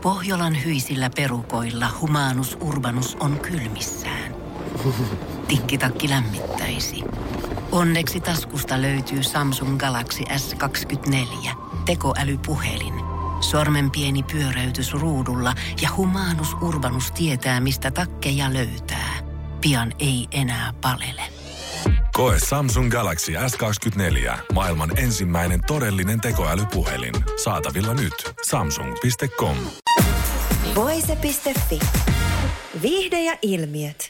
Pohjolan hyisillä perukoilla Humanus Urbanus on kylmissään. Tikkitakki lämmittäisi. Onneksi taskusta löytyy Samsung Galaxy S24, tekoälypuhelin. Sormen pieni pyöräytys ruudulla ja Humanus Urbanus tietää, mistä takkeja löytää. Pian ei enää palele. Koe Samsung Galaxy S24. Maailman ensimmäinen todellinen tekoälypuhelin. Saatavilla nyt. Samsung.com. Voise.fi. Viihde ja ilmiöt.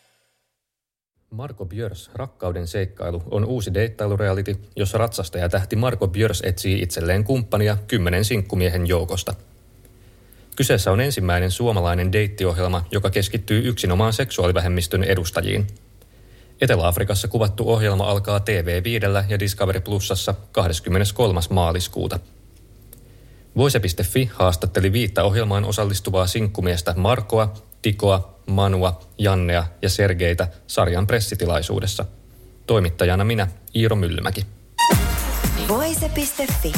Marco Björs Rakkauden seikkailu on uusi deittailureality, jossa ratsastajatähti Marco Björs etsii itselleen kumppania 10 sinkkumiehen joukosta. Kyseessä on ensimmäinen suomalainen deittiohjelma, joka keskittyy yksinomaan seksuaalivähemmistön edustajiin. Etelä-Afrikassa kuvattu ohjelma alkaa TV5 ja Discovery Plusassa 23. maaliskuuta. Voise.fi haastatteli 5 ohjelmaan osallistuvaa sinkkumiestä Markoa, Tikoa, Manua, Jannea ja Sergeitä sarjan pressitilaisuudessa. Toimittajana minä, Iiro Myllymäki. Voise.fi.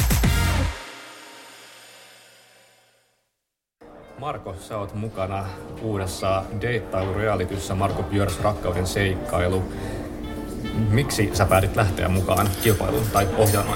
Marko, sä oot mukana uudessa deittailurealityssä Marco Björs Rakkauden seikkailu. Miksi sä päätit lähteä mukaan kilpailuun tai ohjelmaan?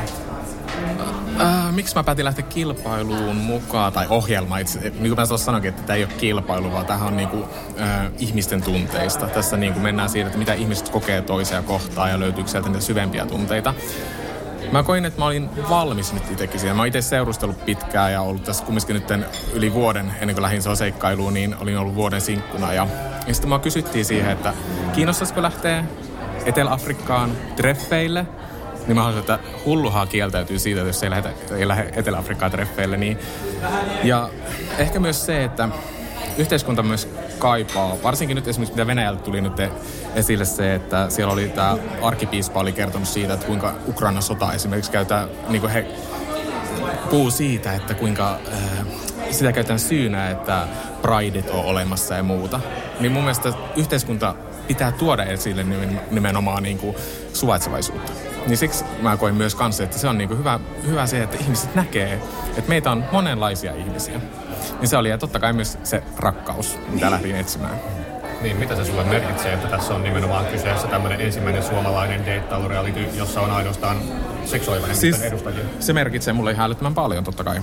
Miksi mä päätin lähteä kilpailuun mukaan, tai ohjelma itse, niin kuin mä tuossa sanoinkin, että tämä ei ole kilpailu, vaan tämähän on niinku, ihmisten tunteista. Tässä niinku mennään siitä, että mitä ihmiset kokee toisia kohtaan ja löytyykö sieltä niitä syvempiä tunteita. Mä koin, että mä olin valmis nyt itsekin siihen. Mä oon itse seurustellut pitkään ja ollut tässä kumminkin nyt yli vuoden ennen kuin lähdin seikkailuun, niin olin ollut vuoden sinkkuna. Ja sitten mä kysyttiin siihen, että kiinnostaisiko lähteä Etelä-Afrikkaan treffeille. Niin mä haluaisin, että hulluhaa kieltäytyy siitä, että jos ei lähde Etelä-Afrikkaan treffeille. Niin. Ja ehkä myös se, että yhteiskunta myös kaipaa, varsinkin nyt esimerkiksi mitä Venäjältä tuli nyt esille se, että siellä oli tämä arkkipiispa oli kertonut siitä, että kuinka Ukrainan sota esimerkiksi käytetään, niin kuin he puhuu siitä, että kuinka sitä käytetään syynä, että prideit on olemassa ja muuta. Niin mun mielestä yhteiskunta pitää tuoda esille nimenomaan niin kuin suvaitsevaisuutta. Niin siksi mä koin myös kanssa, että se on niin kuin hyvä se, että ihmiset näkee, että meitä on monenlaisia ihmisiä. Niin se oli ja totta kai myös se rakkaus, mitä lähdin etsimään. Niin, mitä se sulle merkitsee, että tässä on nimenomaan kyseessä tämmöinen ensimmäinen suomalainen deittailureality, jossa on ainoastaan seksuaalivähemmistön edustajia? Se merkitsee mulle ihan älyttömän paljon totta kai.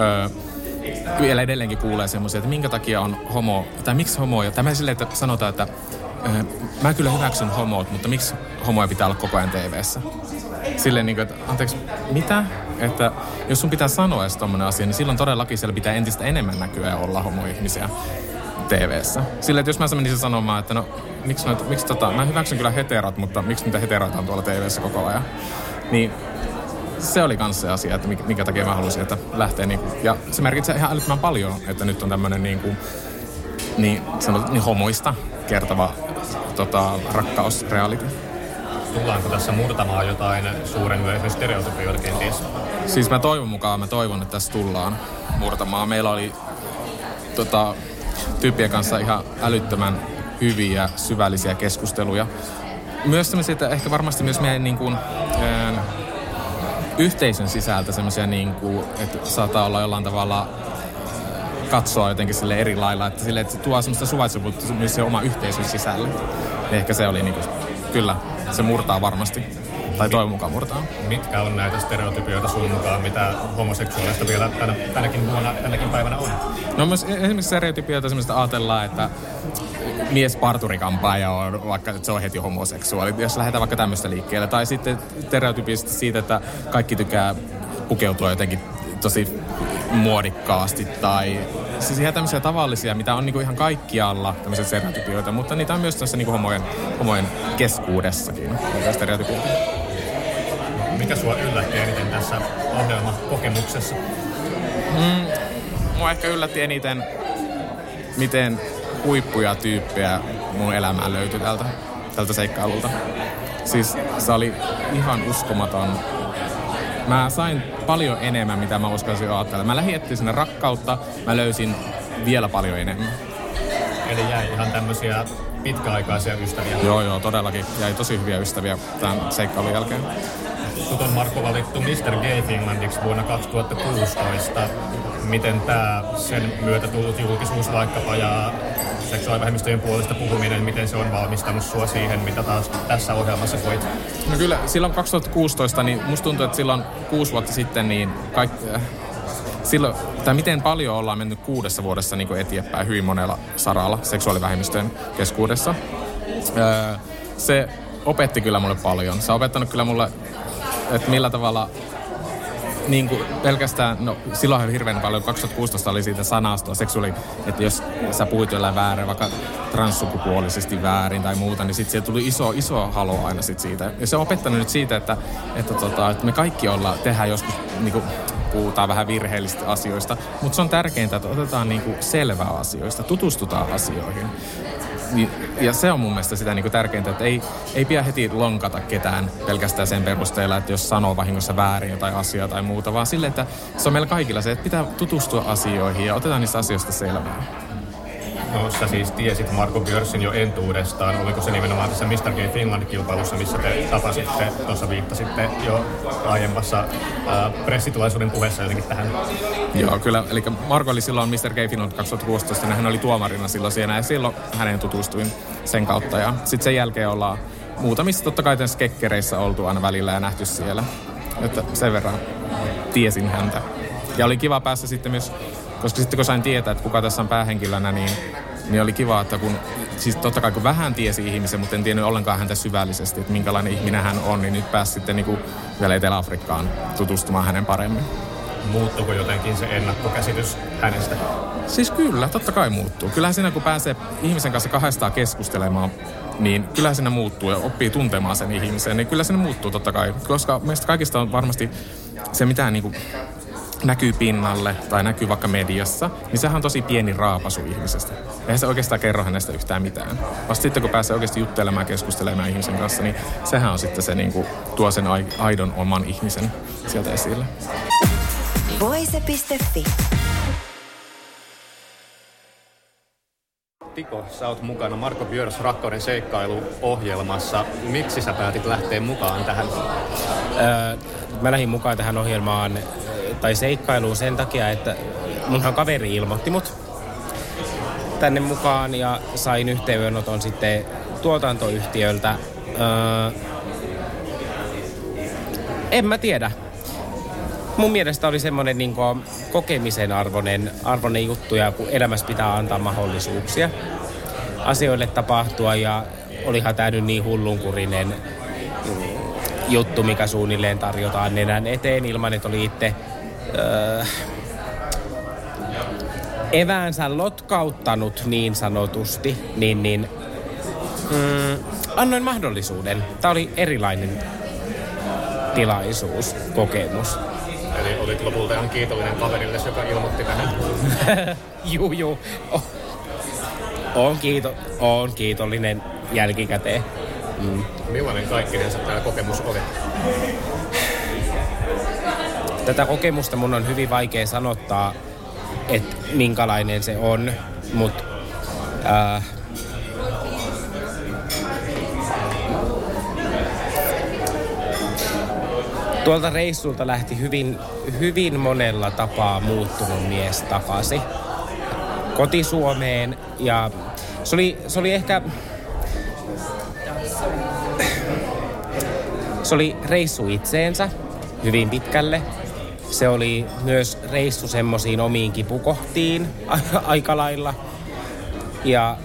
Vielä edelleenkin kuulee semmoisia, että minkä takia on homo, tai miksi homoja. Tämä silleen, että sanotaan, että mä kyllä hyväksyn homot, mutta miksi homoja pitää olla koko ajan TV:ssä? Silleen niin kuin, että anteeksi, mitä? Että jos sun pitää sanoa edes tommonen asia, niin silloin todellakin siellä pitää entistä enemmän näkyä ja olla homoihmisiä TV:ssä. Silleen, että jos mä menisin sanomaan, että no, miksi mä hyväksyn kyllä heterot, mutta miksi niitä heteroita on tuolla TV:ssä koko ajan? Niin se oli kans se asia, että minkä takia mä halusin, että lähtee niin kuin, ja se merkitsee ihan älyttömän paljon, että nyt on tämmönen niin homoista kertova rakkausreality. Tullaanko tässä murtamaan jotain suuren yleisön stereotypioita kenties? Siis mä toivon, että tässä tullaan murtamaan. Meillä oli tyyppien kanssa ihan älyttömän hyviä, syvällisiä keskusteluja. Myös semmoisia, että ehkä varmasti myös meidän niin kuin, yhteisön sisältä semmoisia, niin kuin, että saattaa olla jollain tavalla katsoa jotenkin sille eri lailla, että se tuo semmoista suvaitsevuutta myös se oma yhteisön sisälle. Ja ehkä se oli niin kuin, kyllä, se murtaa varmasti. Tai toivon mukaan murtaa. Mitkä on näitä stereotypioita sun mukaan, mitä homoseksuaalista vielä tänäkin päivänä on? No myös esimerkiksi stereotypioita semmoista ajatellaan, että mies parturikampaaja on vaikka, että se on heti homoseksuaali, jos lähdetään vaikka tämmöistä liikkeelle. Tai sitten stereotypista siitä, että kaikki tykkää pukeutua jotenkin tosi muodikkaasti tai siis ihan tämmöisiä tavallisia, mitä on niinku ihan kaikkialla tämmöisiä stereotypioita, mutta niitä on myös tässä niinku homojen keskuudessakin, niitä stereotypioita. Mikä sua yllätti eniten tässä ohjelmakokemuksessa? Mua ehkä yllätti eniten, miten huippuja tyyppejä mun elämään löytyi tältä seikkailulta. Siis se oli ihan uskomaton. Mä sain paljon enemmän, mitä mä uskalsin ajatella. Mä lähdin etsiä sinne rakkautta, mä löysin vielä paljon enemmän. Eli jäi ihan tämmöisiä pitkäaikaisia ystäviä? Joo, todellakin. Jäi tosi hyviä ystäviä tämän seikkailun jälkeen. Sut on Marko valittu Mr. Gay Finlandiksi vuonna 2016. miten tämä sen myötä tullut julkisuus vaikkapa ja seksuaalivähemmistöjen puolesta puhuminen, miten se on valmistanut sua siihen, mitä taas tässä ohjelmassa koit? No kyllä, silloin 2016, niin musta tuntuu, että silloin 6 vuotta sitten, niin silloin, tai miten paljon ollaan mennyt 6 vuodessa niin kuin eteenpäin hyvin monella saralla seksuaalivähemmistöjen keskuudessa. Se opetti kyllä mulle paljon. Se on opettanut kyllä mulle, että millä tavalla niin kuin pelkästään, no silloin hirveän paljon, 2016 oli siitä sanasta seksuaali, että jos sä puhuit jollain väärin, vaikka transsukupuolisesti väärin tai muuta, niin sitten siellä tuli iso halo aina sit siitä. Ja se on opettanut nyt siitä, että me kaikki tehdään joskus, niin kuin, puhutaan vähän virheellisistä asioista, mutta se on tärkeintä, että otetaan niin kuin selvää asioista, tutustutaan asioihin. Ja se on mun mielestä sitä niin kuin tärkeintä, että ei pidä heti lonkata ketään pelkästään sen perusteella, että jos sanoo vahingossa väärin jotain asiaa tai muuta, vaan sille, että se on meillä kaikilla se, että pitää tutustua asioihin ja otetaan niistä asioista selvää. No sä siis tiesit Marco Björsin jo entuudestaan. Oliko se nimenomaan tässä Mr. Gay Finland-kilpailussa, missä te tapasitte, tuossa viittasitte jo aiemmassa pressitilaisuuden puheessa jotenkin tähän? Joo, kyllä. Eli Marco oli silloin Mr. Gay Finland 2016, ja hän oli tuomarina silloin siinä, ja silloin häneen tutustuin sen kautta. Ja sitten sen jälkeen ollaan muutamissa totta kai tässä kekkereissä oltu aina välillä ja nähty siellä. Että sen verran tiesin häntä. Ja oli kiva päässä sitten myös, koska sitten kun sain tietää, että kuka tässä on päähenkilönä, niin oli kiva, että siis totta kai kun vähän tiesi ihmisen, mutta en tiennyt ollenkaan häntä syvällisesti, että minkälainen ihminen hän on, niin nyt pääsi sitten niin kuin vielä Etelä-Afrikkaan tutustumaan hänen paremmin. Muuttuuko jotenkin se ennakkokäsitys hänestä? Siis kyllä, totta kai muuttuu. Kyllähän siinä kun pääsee ihmisen kanssa kahdestaan keskustelemaan, niin kyllähän siinä muuttuu ja oppii tuntemaan sen ihmisen, niin kyllä siinä muuttuu totta kai. Koska meistä kaikista on varmasti se mitään niin kuin näkyy pinnalle tai näkyy vaikka mediassa, niin sehän on tosi pieni raapasu ihmisestä. Eihän se oikeastaan kerro hänestä yhtään mitään. Vasta sitten kun pääsee oikeasti juttelemaan ja keskustelemaan ihmisen kanssa, niin sehän on sitten se niin kuin, tuo sen aidon oman ihmisen sieltä esille. Voise.fi. Tiko, sä oot mukana Marco Björs Rakkauden seikkailu-ohjelmassa. Miksi sä päätit lähteä mukaan tähän? Mä lähdin mukaan tähän ohjelmaan tai seikkailuun sen takia, että munhan kaveri ilmoitti mut tänne mukaan ja sain yhteydenoton sitten tuotantoyhtiöltä. En mä tiedä. Mun mielestä oli semmoinen niin kuin kokemisen arvoinen juttu, ja kun elämässä pitää antaa mahdollisuuksia asioille tapahtua, ja olihan tää nyt niin hullunkurinen juttu, mikä suunnilleen tarjotaan nenän eteen ilman, että oli itse eväänsä lotkauttanut niin sanotusti, niin annoin mahdollisuuden. Tää oli erilainen tilaisuus, kokemus. Eli olit lopulta ihan kiitollinen kaverille, joka ilmoitti tähän. Juu. Oon kiitollinen jälkikäteen. Millainen kaikkinensa tämä kokemus oli? Tätä kokemusta mun on hyvin vaikea sanottaa, että minkälainen se on, mutta tuolta reissulta lähti hyvin monella tapaa muuttunut mies takaisin koti-Suomeen, ja se oli ehkä se oli reissu itseensä hyvin pitkälle. Se oli myös reissu semmoisiin omiin kipukohtiin aika lailla. Ja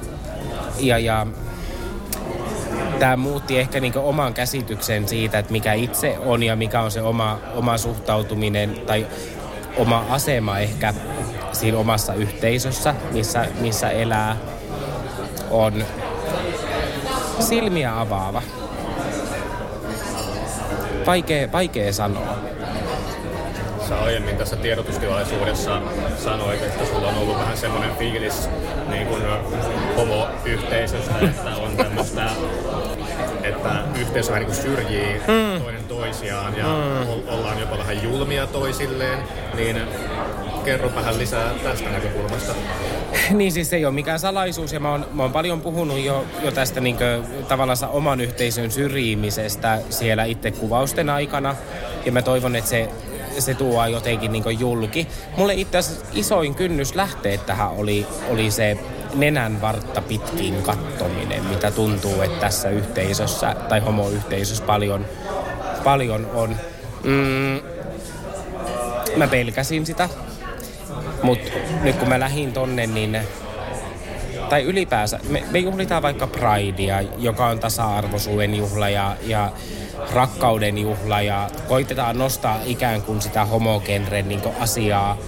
tämä muutti ehkä niinku oman käsityksen siitä, että mikä itse on ja mikä on se oma suhtautuminen tai oma asema ehkä siinä omassa yhteisössä, missä elää, on silmiä avaava. Vaikea sanoa. Sä aiemmin tässä tiedotustilaisuudessa sanoit, että sulla on ollut vähän semmoinen fiilis niin kuin homoyhteisöstä, että on tämmöistä, että yhteisö vähän niin kuin syrjii toinen toisiaan ja ollaan jopa vähän julmia toisilleen, niin kerro vähän lisää tästä näkökulmasta. Niin siis se ei ole mikään salaisuus, ja mä oon paljon puhunut jo tästä niin kuin tavallaan oman yhteisön syrjimisestä siellä itse kuvausten aikana, ja mä toivon, että se tuo jotenkin niin kuin julki. Mulle itse asiassa isoin kynnys lähteä tähän oli se nenän vartta pitkin kattominen, mitä tuntuu, että tässä yhteisössä tai homoyhteisössä paljon on. Mä pelkäsin sitä, mutta nyt kun mä lähdin tonne, niin tai ylipäänsä, me juhlitaan vaikka Pridea, joka on tasa-arvoisuuden juhla ja rakkauden juhla ja koitetaan nostaa ikään kuin sitä homogenren niin kuin asiaa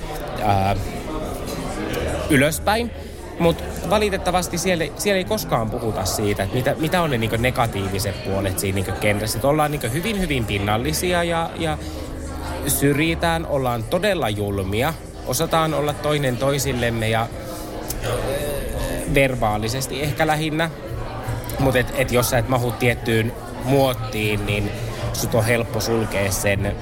ylöspäin. Mutta valitettavasti siellä ei koskaan puhuta siitä, että mitä on ne niin kuin negatiiviset puolet siinä niin kuin genressä. Että ollaan niin kuin hyvin, hyvin pinnallisia ja syrjitään, ollaan todella julmia, osataan olla toinen toisillemme ja verbaalisesti ehkä lähinnä. Mutta et jos sä et mahu tiettyyn muottiin, niin sut on helppo sulkea sen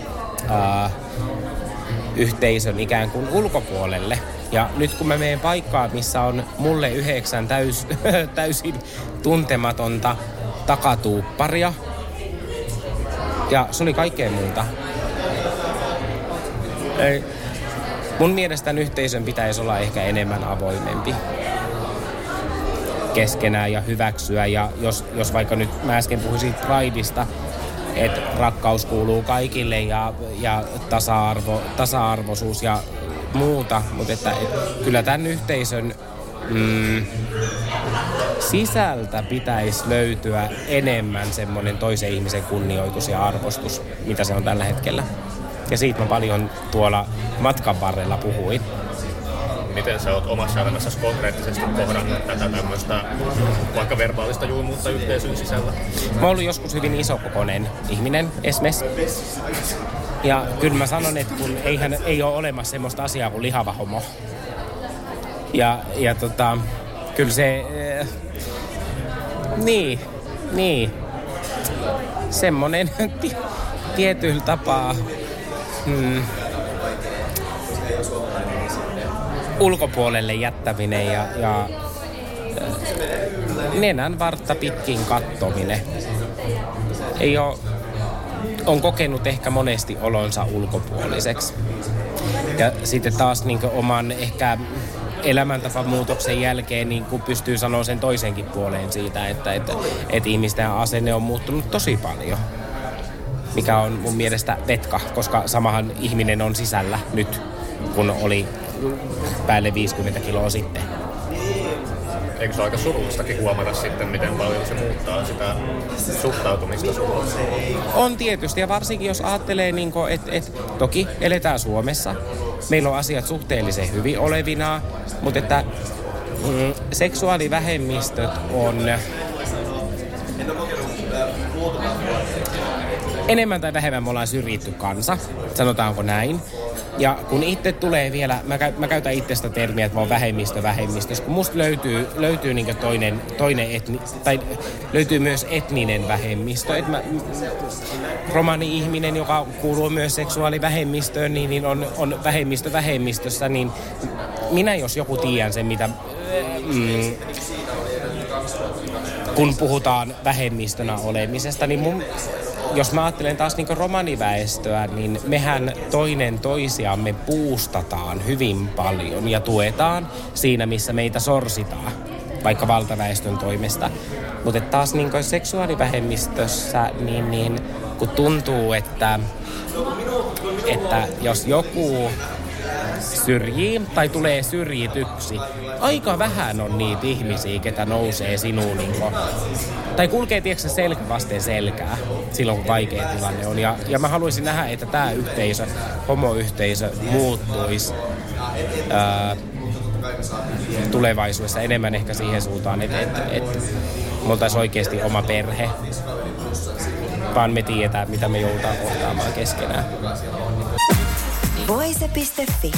yhteisön ikään kuin ulkopuolelle. Ja nyt kun mä menen paikkaan, missä on mulle 9 täysin tuntematonta takatuupparia, ja se oli kaikkea muuta. Mun mielestä yhteisön pitäisi olla ehkä enemmän avoimempi keskenään ja hyväksyä. Ja jos vaikka nyt mä äsken puhuisin Prideista, että rakkaus kuuluu kaikille ja tasa-arvoisuus ja muuta, mutta että kyllä tämän yhteisön sisältä pitäisi löytyä enemmän semmoinen toisen ihmisen kunnioitus ja arvostus, mitä se on tällä hetkellä. Ja siitä mä paljon tuolla matkan varrella puhuin. Miten sä oot omassa elämässäsi konkreettisesti kohdannut tätä tämmöistä vaikka verbaalista julmuutta yhteisön sisällä? Mä oon ollut joskus hyvin isokokoinen ihminen, esimerkiksi. Ja kyllä mä sanon, että kun ei ole olemassa semmoista asiaa kuin lihava homo. Ja kyllä se... Niin. Semmonen tietyllä tapaa... ulkopuolelle jättäminen ja nenän vartta pitkin kattominen. On kokenut ehkä monesti olonsa ulkopuoliseksi. Ja sitten taas niin oman ehkä elämäntapamuutoksen jälkeen niin pystyy sanoa sen toisenkin puoleen siitä, että ihmisten asenne on muuttunut tosi paljon. Mikä on mun mielestä vetka, koska samahan ihminen on sisällä nyt, kun oli päälle 50 kiloa sitten. Eikö se ole aika surullistakin huomata sitten, miten paljon se muuttaa sitä suhtautumista sulla? On tietysti, ja varsinkin jos ajattelee, että toki eletään Suomessa, meillä on asiat suhteellisen hyvin olevinaan, mutta että seksuaalivähemmistöt on enemmän tai vähemmän me ollaan syrjitty kansa, sanotaanko näin. Ja kun itse tulee vielä, mä käytän itsestä termiä, että mä oon vähemmistössä, kun musta löytyy niin toinen löytyy myös etninen vähemmistö. Romani-ihminen, joka kuuluu myös seksuaalivähemmistöön, niin on vähemmistössä, niin minä jos joku tiedän sen, mitä... kun puhutaan vähemmistönä olemisesta, niin jos mä ajattelen taas niin romaniväestöä, niin mehän toinen toisiamme puustataan hyvin paljon ja tuetaan siinä, missä meitä sorsitaan, vaikka valtaväestön toimesta. Mutta taas niin seksuaalivähemmistössä, niin kun tuntuu, että jos joku syrjii tai tulee syrjityksi, aika vähän on niitä ihmisiä, ketä nousee sinuun tai kulkee tiedätkö selkä vasten selkää silloin, kun vaikea tilanne on. Ja mä haluaisin nähdä, että tämä yhteisö, homoyhteisö, muuttuisi tulevaisuudessa enemmän ehkä siihen suuntaan, että me oltaisiin oikeasti oma perhe, vaan me tiedetään, mitä me joudutaan kohtaamaan keskenään. Voise.fi.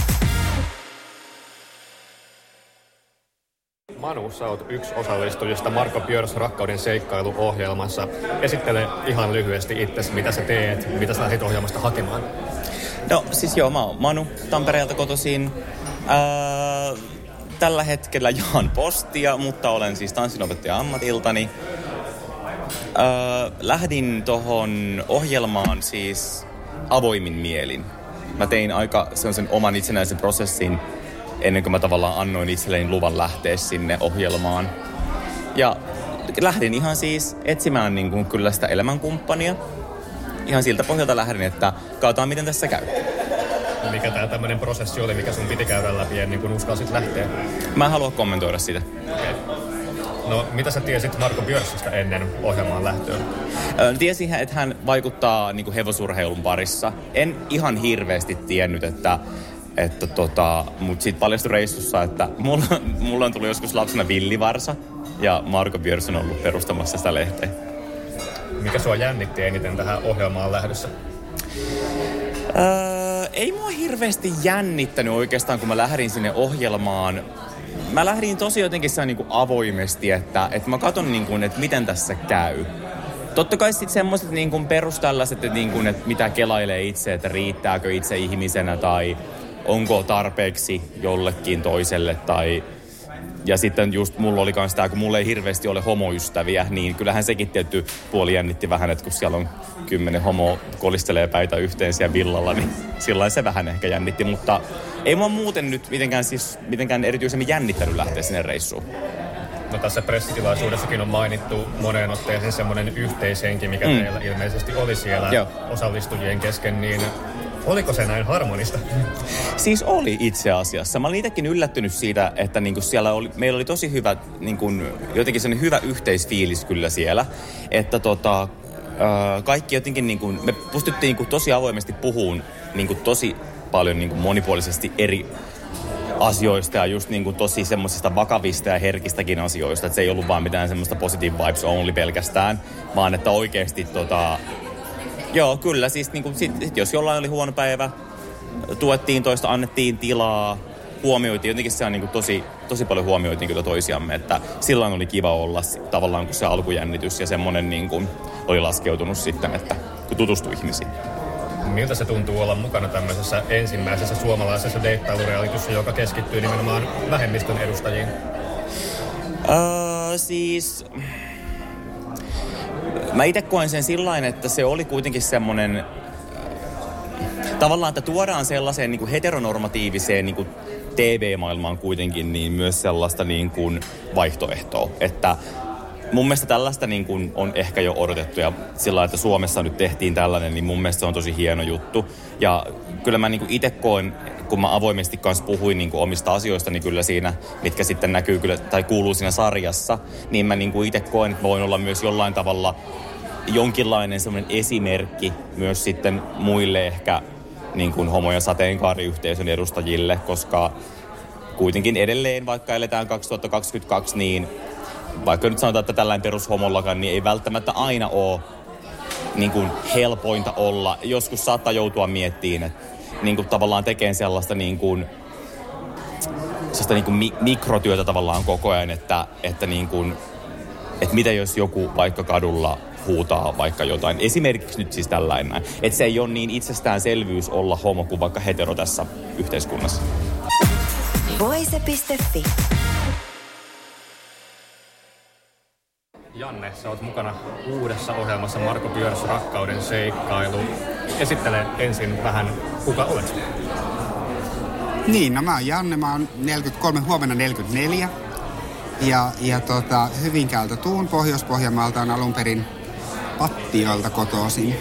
Manu, sä oot yksi osallistujista Marko Björs Rakkauden seikkailuohjelmassa. Esittele ihan lyhyesti itsesi, mitä sä teet, mitä sä lähdit ohjelmasta hakemaan. No siis joo, mä oon Manu Tampereelta kotoisin. Tällä hetkellä jaan postia, mutta olen siis tanssinopettaja ammatiltani. Lähdin tohon ohjelmaan siis avoimin mielin. Mä tein aika sellaisen oman itsenäisen prosessin ennen kuin mä tavallaan annoin itselleni luvan lähteä sinne ohjelmaan. Ja lähdin ihan siis etsimään niin kuin kyllä sitä elämänkumppania. Ihan siltä pohjalta lähdin, että katsotaan miten tässä käy. Mikä tää tämmönen prosessi oli, mikä sun piti käydä läpi ennen kuin uskalsit lähteä? Mä en halua kommentoida sitä. Okay. No, mitä sä tiesit Marco Björssistä ennen ohjelmaan lähtöä? Tiesin, että hän vaikuttaa niin kuin hevosurheilun parissa. En ihan hirveästi tiennyt, mutta siitä paljastui reissussa, että mulla on tullut joskus lapsena villivarsa ja Marco Björss on ollut perustamassa sitä lehteä. Mikä sua jännitti eniten tähän ohjelmaan lähdössä? Ei mua hirveästi jännittänyt oikeastaan, kun mä lähdin sinne ohjelmaan. Mä lähdin tosi jotenkin niin kuin avoimesti, että mä katson, niin kuin, että miten tässä käy. Totta kai sitten semmoiset niin kuin peruställaiset, että, niin kuin, että mitä kelailee itse, että riittääkö itse ihmisenä tai onko tarpeeksi jollekin toiselle tai... Ja sitten just mulla oli kans tää, kun mulla ei hirveästi ole homoystäviä, niin kyllähän sekin tietty puoli jännitti vähän, että kun siellä on 10 homoa kolistelee päitä yhteen siellä villalla, niin sillain se vähän ehkä jännitti, mutta ei mua muuten nyt mitenkään erityisemmin jännittänyt lähteä sinne reissuun. No tässä pressitilaisuudessakin on mainittu moneen otteeseen semmoinen yhteishenki, mikä teillä ilmeisesti oli siellä osallistujien kesken, niin oliko se näin harmonista? Siis oli itse asiassa. Mä olin itsekin yllättynyt siitä, että niinku meillä oli tosi hyvä, niinku, jotenkin sellainen hyvä yhteisfiilis kyllä siellä. Että kaikki jotenkin, niinku, me pystyttiin niinku, tosi avoimesti puhumaan niinku, tosi paljon niinku, monipuolisesti eri asioista ja just niinku, tosi semmoisista vakavista ja herkistäkin asioista. Että se ei ollut vaan mitään semmoista positive vibes only pelkästään, vaan että oikeasti joo, kyllä. Siis niin kuin, sit, jos jollain oli huono päivä, tuettiin toista, annettiin tilaa, huomioitiin. Jotenkin se on niin kuin, tosi paljon huomioitiin kyllä toisiamme. Että silloin oli kiva olla tavallaan, kun se alkujännitys ja semmoinen niin kuin, oli laskeutunut sitten, että kun tutustui ihmisiin. Miltä se tuntuu olla mukana tämmöisessä ensimmäisessä suomalaisessa deittailurealityssä, joka keskittyy nimenomaan vähemmistön edustajiin? Siis... Mä itse koen sen sillain, että se oli kuitenkin semmoinen, tavallaan, että tuodaan sellaiseen niin kuin heteronormatiiviseen niin kuin TV-maailmaan kuitenkin niin myös sellaista niin kuin vaihtoehtoa. Että mun mielestä tällaista niin kuin on ehkä jo odotettu ja sillä että Suomessa nyt tehtiin tällainen, niin mun mielestä se on tosi hieno juttu. Ja kyllä mä niin kuin itse koen, kun mä avoimesti kanssa puhuin niin kuin omista asioista, niin kyllä siinä, mitkä sitten näkyy kyllä, tai kuuluu siinä sarjassa, niin mä niin kuin itse koen, että voin olla myös jollain tavalla jonkinlainen semmoinen esimerkki myös sitten muille ehkä niin kuin homo- ja sateenkaariyhteisön edustajille, koska kuitenkin edelleen, vaikka eletään 2022, niin vaikka nyt sanotaan, että tällainen perushomollakaan, niin ei välttämättä aina ole niin kuin helpointa olla. Joskus saattaa joutua miettimään, että niin kuin tavallaan tekee sellaista niin kuin mikrotyötä tavallaan koko ajan, että niin kuin, että mitä jos joku vaikka kadulla huutaa vaikka jotain. Esimerkiksi nyt siis tällainen. Että se ei ole niin itsestäänselvyys olla homo kuin vaikka hetero tässä yhteiskunnassa. Voise.fi. Janne, sä oot mukana uudessa ohjelmassa Marco Björss Rakkauden seikkailu. Esittele ensin vähän, kuka olet? Niin, no mä oon Janne, mä oon 43, huomenna 44. Ja Hyvinkäältä tuun, Pohjois-Pohjanmaalta on alun perin Pattiolta kotoisin.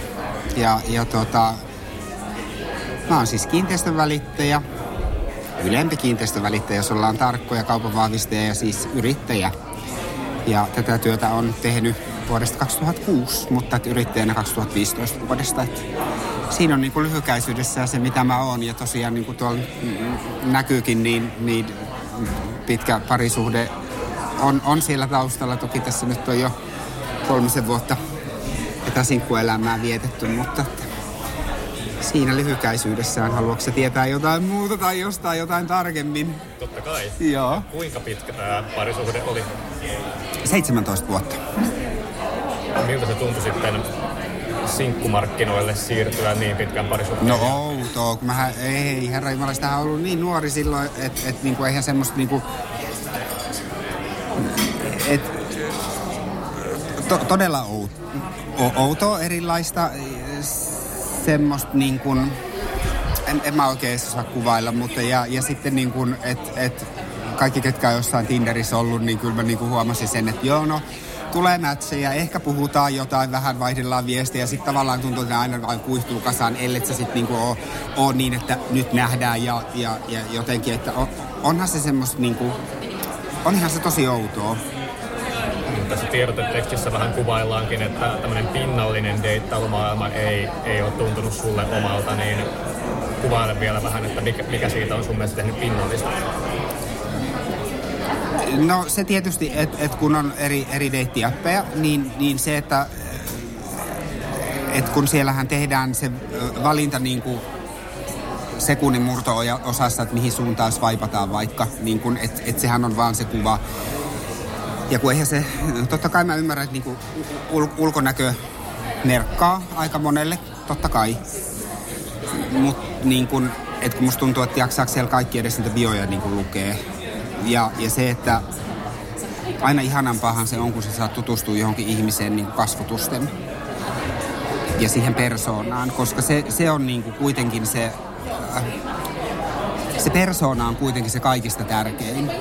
Mä oon siis kiinteistönvälittäjä, ylempi kiinteistönvälittäjä, jos ollaan tarkkoja, kaupanvahvistaja ja siis yrittäjä. Ja tätä työtä on tehnyt vuodesta 2006, mutta yrittäjänä 2015 vuodesta. Että siinä on niin kuin lyhykäisyydessä se, mitä mä oon. Ja tosiaan niin kuin tuolla näkyykin, niin pitkä parisuhde on siellä taustalla. Toki tässä nyt on jo 3 vuotta tätä sinkkuelämää vietetty, mutta siinä lyhykäisyydessään. Haluatko sä tietää jotain muuta tai jostain jotain tarkemmin? Totta kai. Joo. Kuinka pitkä tämä parisuhde oli? 17 vuotta. Miltä se tuntui sitten sinkkumarkkinoille siirtyä niin pitkän parisuhteen? No outoa, kun ei herra jumala, sitähän on ollut niin nuori silloin, että niinku eihän semmoista niinku, todella outoa erilaista semmoista niin kuin, en mä oikein osaa kuvailla, mutta ja sitten niin kuin, että kaikki, ketkä on jossain Tinderissä ollut, niin kyllä mä niin kuin huomasin sen, että joo, no, tulee matcheja, ehkä puhutaan jotain, vähän vaihdellaan viestiä ja sitten tavallaan tuntuu, että ne aina vain kuihtuu kasaan, ellei se sitten niinku ole niin, että nyt nähdään ja jotenkin, että onhan se semmoista niinku, onhan se tosi outoa. Tässä tiedotetekstissä vähän kuvaillaankin, että tämmöinen pinnallinen deittailumaailma ei ole tuntunut sulle omalta, niin kuvaile vielä vähän, että mikä siitä on sun mielestä tehnyt pinnallista. No se tietysti, että kun on eri deittiappeja, niin se, että kun siellähän tehdään se valinta niin kuin sekunnin murto-osassa, että mihin suuntaan swipataan vaikka, niin kuin, että sehän on vaan se kuva. Ja kun eihän se, totta kai mä ymmärrän, että niin kuin ulkonäkö merkkaa aika monelle, totta kai. Mutta niin kuin, että kun musta tuntuu, että jaksaako siellä kaikki edes niitä bioja niin kuin lukee. Ja se, että aina ihanampaahan se on, kun sä saat tutustua johonkin ihmiseen niin kuin kasvotusten ja siihen persoonaan, koska se on niin kuin kuitenkin se persoona on kuitenkin se kaikista tärkein.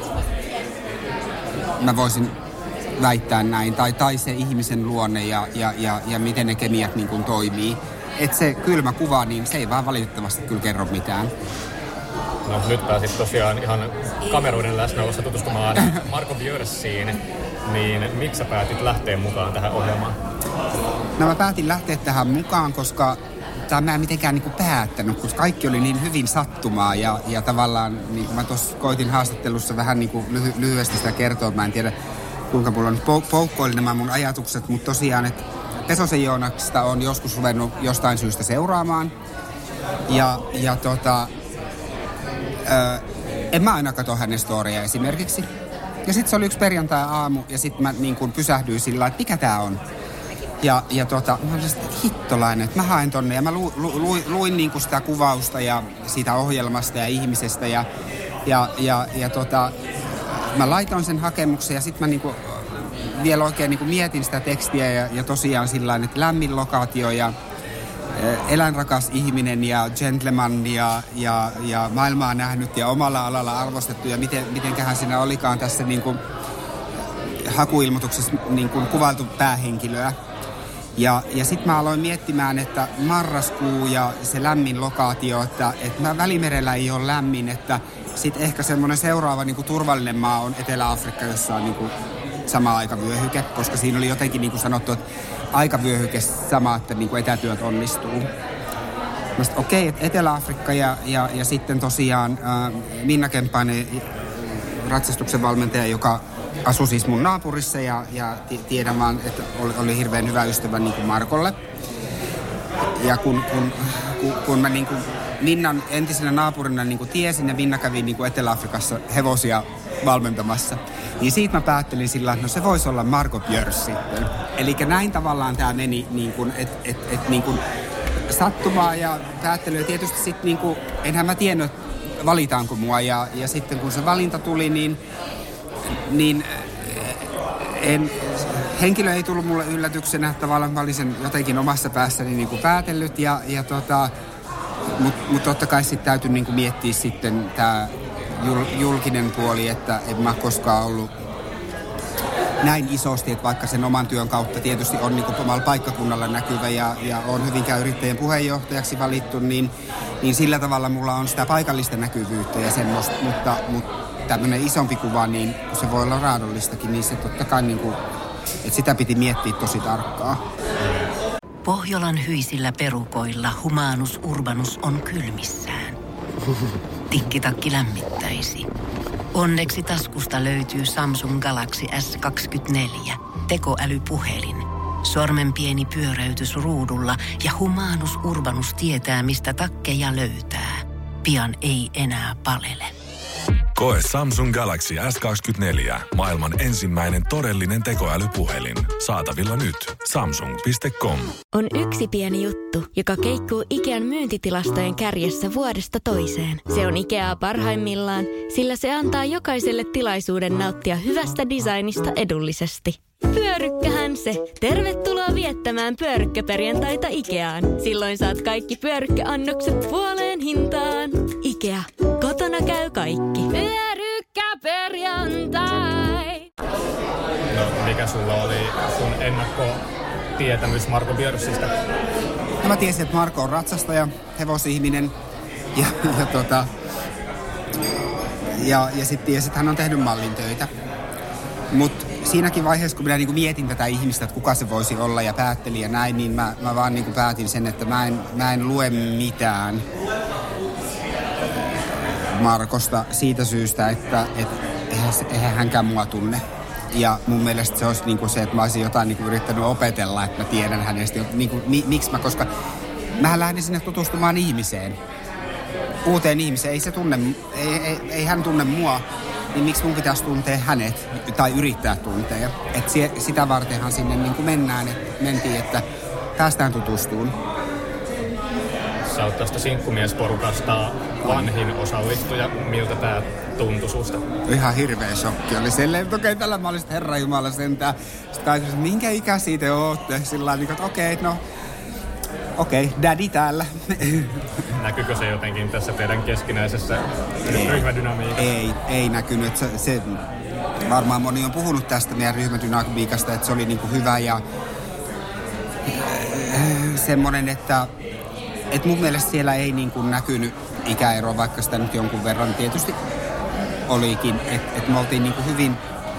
Mä voisin väittää näin, tai se ihmisen luonne ja miten ne kemiat niin kuin toimii. Että se kylmä kuva, niin se ei vaan valitettavasti kyllä kerro mitään. No nyt pääsit tosiaan ihan kameroiden läsnäolossa tutustumaan Marco Björssiin, niin miksi sä päätit lähteä mukaan tähän ohjelmaan? No mä päätin lähteä tähän mukaan, koska mä en mitenkään niin kuin päättänyt, koska kaikki oli niin hyvin sattumaa ja tavallaan, niin kuin mä tuossa koitin haastattelussa vähän niin kuin lyhyesti sitä kertoa, mä en tiedä kuinka mulla on poukkoili nämä mun ajatukset, mutta tosiaan, että Pesosen Joonasta on joskus ruvennut jostain syystä seuraamaan en mä aina katso hänen storya esimerkiksi. Ja sitten se oli yksi perjantai-aamu ja sitten mä niin kuin pysähdyin sillä, että mikä tää on. Ja mä olin sitten, hittolainen, että mä haen tonne ja mä luin niin kuin sitä kuvausta ja siitä ohjelmasta ja ihmisestä ja mä laitoin sen hakemuksen ja sitten mä niin kuin vielä oikein niin kuin mietin sitä tekstiä ja tosiaan sillain, että lämmin lokaatio ja eläinrakas ihminen ja gentleman ja maailmaa nähnyt ja omalla alalla arvostettu ja mitenköhän siinä olikaan tässä niin kuin hakuilmoituksessa niin kuin kuvailtu päähenkilöä. Ja sitten mä aloin miettimään, että marraskuu ja se lämmin lokaatio, että Välimerellä ei ole lämmin, että sitten ehkä semmoinen seuraava niin kuin turvallinen maa on Etelä-Afrikka, jossa on niin kuin sama aikavyöhyke, koska siinä oli jotenkin niin kuin sanottu, että aikavyöhyke sama, että niin kuin etätyöt onnistuu. Mä sit, okei, että Etelä-Afrikka ja sitten tosiaan Minna Kemppainen, ratsastuksen valmentaja, joka asui siis mun naapurissa ja tiedän vaan, että oli hirveän hyvä ystävä niin kuin Markolle. Ja kun mä niin kuin Minnan entisenä naapurina niin kuin tiesin ja Minna kävi niin kuin Etelä-Afrikassa hevosia valmentamassa, niin siitä mä päättelin sillä, että no se voisi olla Marco Björs sitten. Eli näin tavallaan tämä meni niin kuin, niin kuin sattumaa ja päättelyä. Tietysti sitten niin kuin, enhän mä tiennyt, valitaanko mua ja sitten kun se valinta tuli, niin henkilö ei tullut mulle yllätyksenä, tavallaan mä olin sen jotenkin omassa päässäni niin kuin päätellyt mutta totta kai sitten täytyy niin kuin miettiä sitten tämä julkinen puoli, että en mä koskaan ollut näin isosti, että vaikka sen oman työn kautta tietysti on niin kuin omalla paikkakunnalla näkyvä ja on Hyvinkään yrittäjien puheenjohtajaksi valittu, niin sillä tavalla mulla on sitä paikallista näkyvyyttä ja semmoista, mutta tämmöinen isompi kuva, niin kun se voi olla raadollistakin, niin se totta kai niin kuin, että sitä piti miettiä tosi tarkkaan. Pohjolan hyisillä perukoilla Humanus Urbanus on kylmissään. Tikkitakki lämmittäisi. Onneksi taskusta löytyy Samsung Galaxy S24. Tekoälypuhelin. Sormen pieni pyöräytys ruudulla ja Humanus Urbanus tietää, mistä takkeja löytää. Pian ei enää palele. Koe Samsung Galaxy S24. Maailman ensimmäinen todellinen tekoälypuhelin. Saatavilla nyt. Samsung.com. On yksi pieni juttu, joka keikkuu Ikean myyntitilastojen kärjessä vuodesta toiseen. Se on Ikeaa parhaimmillaan, sillä se antaa jokaiselle tilaisuuden nauttia hyvästä designista edullisesti. Pyörykkähän se. Tervetuloa viettämään pyörykkäperjantaita Ikeaan. Silloin saat kaikki pyörykkäannokset puoleen hintaan. Ikea. Kotona käy kaikki. Pyörykkäperjantai. No, mikä sulla oli sun ennakkotietämys Marco Björssistä? No, mä tiesin, että Marko on ratsastaja, hevosihminen ja sitten tiesin, että hän on tehnyt mallintöitä. Mutta siinäkin vaiheessa, kun minä niinku mietin tätä ihmistä, että kuka se voisi olla ja päättelin ja näin, niin mä vaan niinku päätin sen, että mä en lue mitään Markosta siitä syystä, että eihän hänkään mua tunne. Ja mun mielestä se olisi niinku se, että mä olisin jotain niinku yrittänyt opetella, että mä tiedän hänestä. Niinku, miksi koska mähän lähdin sinne tutustumaan ihmiseen. Uuteen ihmiseen. Ei se tunne, ei hän tunne mua. Niin miksi mun pitäisi tuntea hänet tai yrittää tuntea. Että sitä vartenhan sinne niinku mentiin, että päästään tutustumaan. Sä oot tästä sinkkumiesporukasta vanhin osallistuja. Miltä tää tuntui susta? Ihan hirveä shokki. Oli silleen, että okei, tällä mä olisin herranjumala sentään. Sitten kaikki, minkä ikäisiä te ootte? Sillä tavalla, että okei, daddy täällä. Näkyykö se jotenkin tässä teidän keskinäisessä ryhmädynamiikassa? Ei näkynyt. Se varmaan moni on puhunut tästä meidän ryhmädynamiikasta, että se oli niinku hyvä ja semmoinen, että mun mielestä siellä ei niinku näkynyt ikäero, vaikka sitä nyt jonkun verran tietysti olikin, että me oltiin niinku hyvin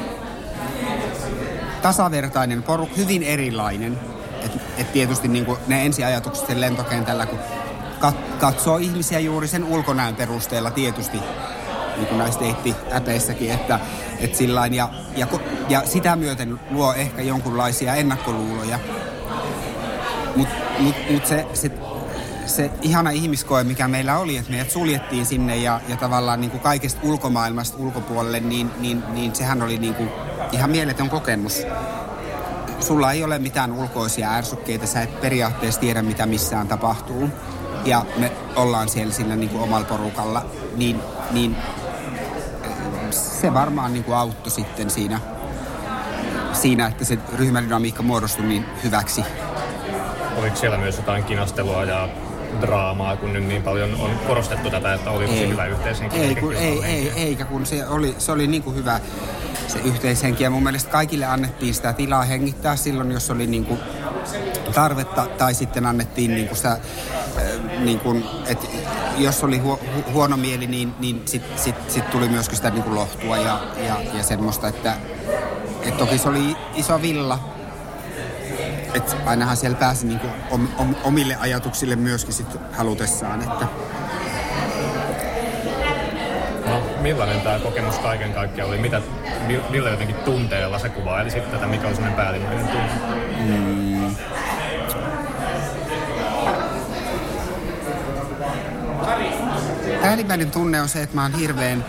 tasavertainen porukka, hyvin erilainen. Et tietysti niinku ne ensiajatukset sen lentokentällä, kun katsoo ihmisiä juuri sen ulkonäön perusteella tietysti, niin kuin näissä deitti-äpeissäkin, että sillain, ja sitä myöten luo ehkä jonkunlaisia ennakkoluuloja. Mut se ihana ihmiskoe, mikä meillä oli, että meidät suljettiin sinne ja tavallaan niin kuin kaikesta ulkomaailmasta ulkopuolelle, niin sehän oli niin kuin ihan mieletön kokemus. Sulla ei ole mitään ulkoisia ärsykkeitä, sä et periaatteessa tiedä, mitä missään tapahtuu. Ja me ollaan siellä sillä niin kuin omalla porukalla, niin se varmaan niin kuin auttoi sitten siinä, että se ryhmädynamiikka muodostui niin hyväksi. Oliko siellä myös jotain kinastelua ja draamaa, kun nyt niin paljon on korostettu tätä, että oli tosi hyvä yhteishenki? Eikä kun se oli niin kuin hyvä se yhteishenki. Ja mun mielestä kaikille annettiin sitä tilaa hengittää silloin, jos oli niin kuin tarvetta, tai sitten annettiin niin kuin sitä, niin kuin, että jos oli huono mieli, niin sit tuli myöskin sitä niin kuin lohtua ja semmoista, että toki se oli iso villa. Että ainahan siellä pääsi niinku omille ajatuksille myöskin sit halutessaan. Että. No, millainen tämä kokemus kaiken kaikkiaan oli? Millä jotenkin tunteella se kuvaili sitten tätä? Mikä oli sellainen päällimmäinen tunne? Päällimmäinen tunne on se, että mä oon hirveän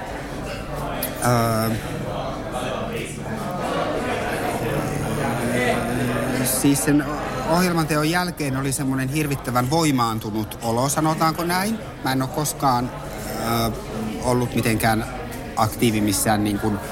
siis sen ohjelmanteon jälkeen oli semmoinen hirvittävän voimaantunut olo, sanotaanko näin. Mä en ole koskaan ollut mitenkään aktiivi missään niin kuin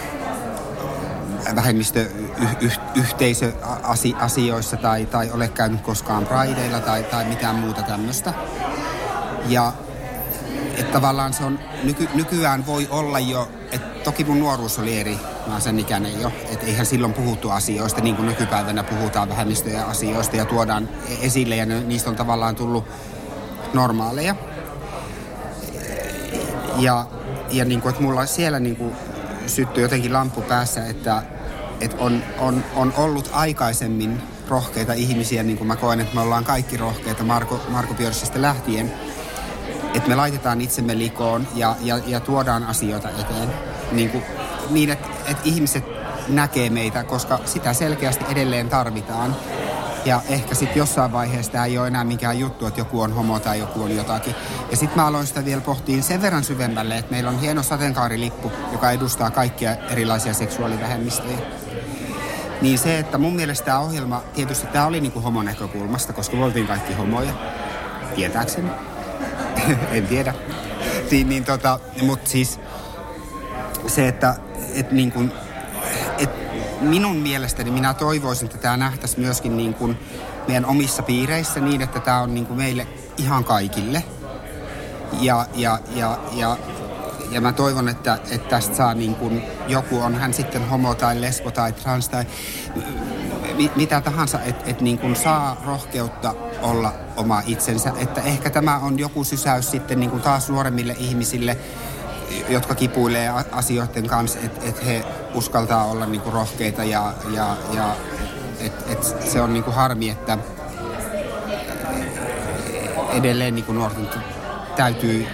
vähemmistöyhteisöasioissa tai ole käynyt koskaan prideilla tai mitään muuta tämmöistä. Ja että tavallaan se on, nykyään voi olla jo, että toki mun nuoruus oli eri, mä oon sen ikäinen jo, että eihän silloin puhuttu asioista, niin kuin nykypäivänä puhutaan vähemmistöjen asioista ja tuodaan esille ja niistä on tavallaan tullut normaaleja. Ja niin kuin, että mulla siellä niin kuin syttyi jotenkin lamppu päässä, että on ollut aikaisemmin rohkeita ihmisiä, niin kuin mä koen, että me ollaan kaikki rohkeita Marco Björssistä lähtien. Että me laitetaan itsemme likoon ja tuodaan asioita eteen. Niin että ihmiset näkee meitä, koska sitä selkeästi edelleen tarvitaan. Ja ehkä sitten jossain vaiheessa tämä ei ole enää mikään juttu, että joku on homo tai joku on jotakin. Ja sitten mä aloin sitä vielä pohtia sen verran syvemmälle, että meillä on hieno sateenkaarilippu, joka edustaa kaikkia erilaisia seksuaalivähemmistöjä. Niin se, että mun mielestä tämä ohjelma, tietysti tämä oli niinku homonäkökulmasta, koska me oltiin kaikki homoja, tietääkseni. En tiedä. Mutta siis se, että minun mielestäni minä toivoisin, että tämä nähtäisi myöskin niin kuin meidän omissa piireissä niin, että tämä on niin kuin meille ihan kaikille. Ja mä toivon, että tästä saa niin kuin joku, on hän sitten homo tai lesbo tai trans tai mitä tahansa, että niin kuin saa rohkeutta olla oma itsensä. Että ehkä tämä on joku sysäys sitten niin kuin taas nuoremmille ihmisille, jotka kipuilee asioiden kanssa, että he uskaltaa olla niin kuin rohkeita ja se on niin kuin harmi, että edelleen niin kuin nuorten täytyy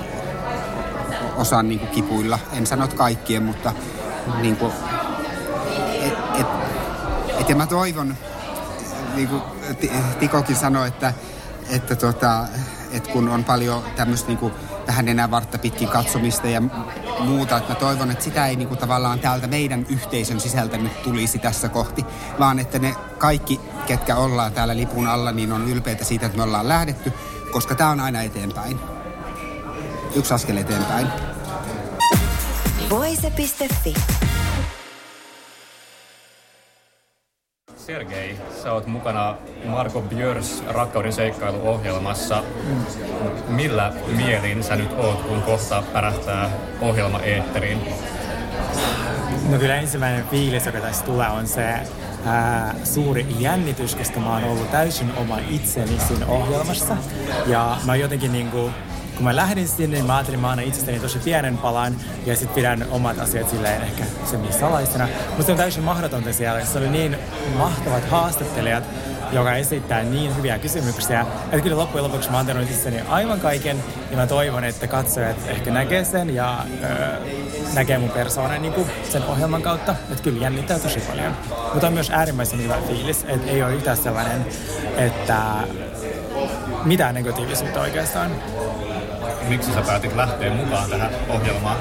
osaa niin kuin kipuilla. En sano kaikkien, mutta niin kuin, ja mä toivon, niin kuin Tikokin sanoi, että kun on paljon tämmöistä niin kuin vähän enää vartta pitkin katsomista ja muuta, että mä toivon, että sitä ei niin kuin tavallaan täältä meidän yhteisön sisältä nyt tulisi tässä kohti, vaan että ne kaikki, ketkä ollaan täällä lipun alla, niin on ylpeitä siitä, että me ollaan lähdetty, koska tää on aina eteenpäin. Yksi askel eteenpäin. Voise.fi. Sergei, sä oot mukana Marco Björs Rakkauden seikkailuohjelmassa. Millä mielin sä nyt oot, kun kohta pärähtää ohjelma eetteriin? No kyllä ensimmäinen fiilis, joka tässä tulee, on se suuri jännitys, koska mä oon ollut täysin oma itseni siinä ohjelmassa. Ja mä jotenkin niinku, kun mä lähdin sinne, niin mä ajattelin, mä annan itsestäni tosi pienen palan ja sit pidän omat asiat silleen ehkä semmin salaisena. Mutta se on täysin mahdotonta siellä. Se oli niin mahtavat haastattelijat, joka esittää niin hyviä kysymyksiä. Että kyllä loppujen lopuksi mä oon antanut itsessäni aivan kaiken ja mä toivon, että katsojat ehkä näkee sen ja näkee mun persoonan niin kuin sen ohjelman kautta. Että kyllä jännittää tosi paljon. Mutta on myös äärimmäisen hyvä fiilis, että ei ole yhtään sellainen, että mitään negatiivisuutta oikeastaan. Miksi sä päätit lähteä mukaan tähän ohjelmaan?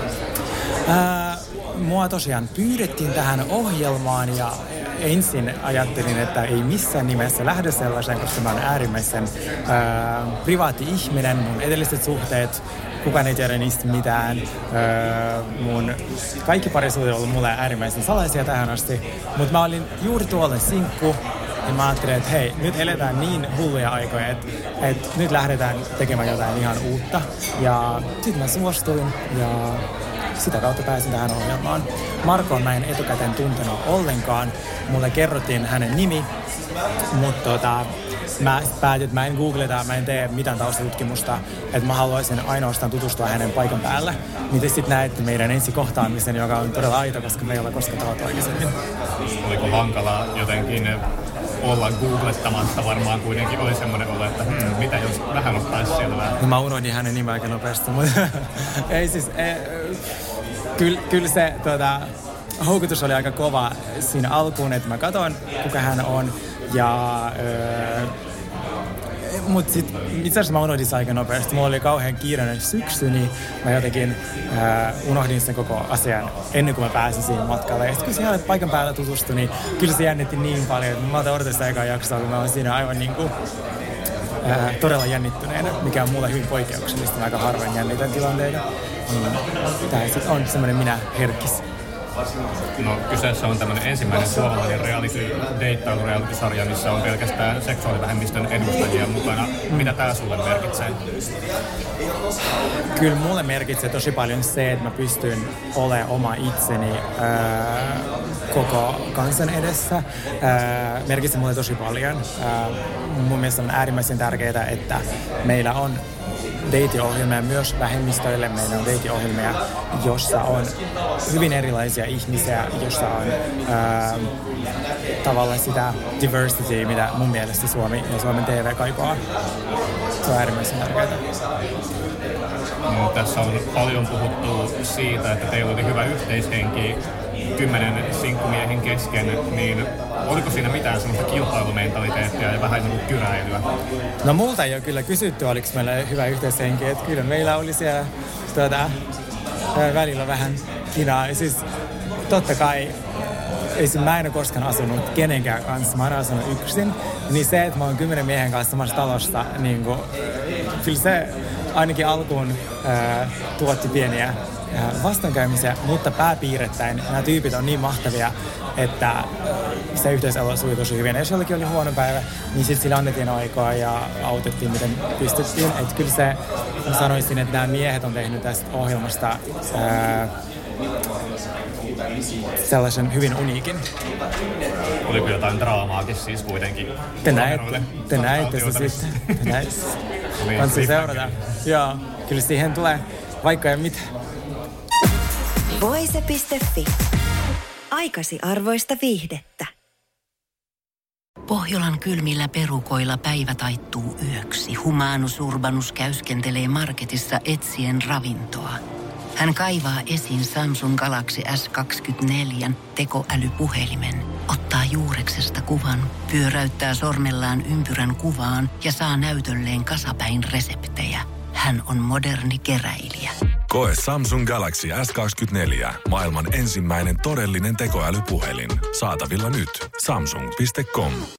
Mua tosiaan pyydettiin tähän ohjelmaan ja ensin ajattelin, että ei missään nimessä lähde sellaiseen, koska mä oon äärimmäisen privaatti ihminen. Mun edelliset suhteet, kukaan ei tiedä niistä mitään. Mun kaikki parisuhteet on ollut mulle äärimmäisen salaisia tähän asti. Mutta mä olin juuri tuolle sinkku. Ja mä ajattelin, että hei, nyt eletään niin hulluja aikoja, että nyt lähdetään tekemään jotain ihan uutta. Ja sitten mä suostuin ja sitä kautta pääsin tähän ohjelmaan. Markoon mä en etukäteen tuntenut ollenkaan. Mulle kerrottiin hänen nimi, mutta mä päätin, että mä en googleta, mä en tee mitään taustatutkimusta, että mä haluaisin ainoastaan tutustua hänen paikan päällä. Miten sitten näette meidän ensi kohtaamisen, joka on todella aito, koska me ei olla koskaan tavattu aikaisemmin. Oliko hankalaa jotenkin olla googlettamatta? Varmaan kuitenkin oli semmoinen olo, että mitä jos vähän ottaisi selvää. No mä unohdin hänen nimeä aika nopeasti, mutta ei siis, kyllä se houkutus oli aika kova siinä alkuun, että mä katson kuka hän on ja mutta sitten itse asiassa mä unohdin sen aika nopeasti. Mulla oli kauhean kiireinen syksy, niin mä jotenkin unohdin sen koko asian ennen kuin mä pääsin siinä matkalle. Ja sitten kun siellä paikan päällä tutustui, niin kyllä se jännitti niin paljon, että mä odotin sitä ekaa jaksoa, kun mä oon siinä aivan niinku todella jännittyneenä, mikä on mulle hyvin poikkeuksellista. Mä aika harvoin jännitän tilanteita. Tää sitten on semmoinen minä herkkis. No, kyseessä on tämmöinen ensimmäinen suomalainen reality-sarja, missä on pelkästään seksuaalivähemmistön edustajia mukana. Mitä tää sulle merkitsee? Kyllä mulle merkitsee tosi paljon se, että mä pystyn olemaan oma itseni koko kansan edessä. Merkitsee mulle tosi paljon. Mun mielestä on äärimmäisen tärkeää, että meillä on deitiohjelmia myös vähemmistöille. Meillä on deitiohjelmia, jossa on hyvin erilaisia ihmisiä, jossa on tavallaan sitä diversity, mitä mun mielestä Suomi ja Suomen TV kaipaa. Se on äärimmäisen tärkeää. No, tässä on paljon puhuttu siitä, että teillä oli hyvä yhteishenki 10 sinkkumiehen kesken, niin oliko siinä mitään semmoista kilpailumentaliteettia ja vähän niin kuin kyräilyä? No multa ei ole kyllä kysytty, oliko meillä hyvä yhteishenki, että kyllä meillä oli siellä välillä vähän kinaa. Siis totta kai mä en ole koskaan asunut kenenkään kanssa, mä oon asunut yksin, niin se, että mä oon 10 miehen kanssa samassa talossa, niin kuin, kyllä se ainakin alkuun tuotti pieniä vastoinkäymisiä, mutta pääpiirrettäin nämä tyypit on niin mahtavia, että se yhteiselo sui tosi hyvin. Ja jos jollakin oli huono päivä, niin sitten sillä annettiin aikaa ja autettiin miten pystyttiin. Että kyllä se, mä sanoisin, että nämä miehet on tehnyt tästä ohjelmasta sellaisen hyvin uniikin. Oliko jotain draamaakin siis kuitenkin? Te näitte se sitten. Kansi seurata. Joo, kyllä siihen tulee vaikka ja mitä. Voise.fi. Aikasi arvoista viihdettä. Pohjolan kylmillä perukoilla päivä taittuu yöksi. Humanus Urbanus käyskentelee marketissa etsien ravintoa. Hän kaivaa esiin Samsung Galaxy S24 tekoälypuhelimen, ottaa juureksesta kuvan, pyöräyttää sormellaan ympyrän kuvaan ja saa näytölleen kasapäin reseptejä. Hän on moderni keräilijä. Koe Samsung Galaxy S24. Maailman ensimmäinen todellinen tekoälypuhelin. Saatavilla nyt. Samsung.com.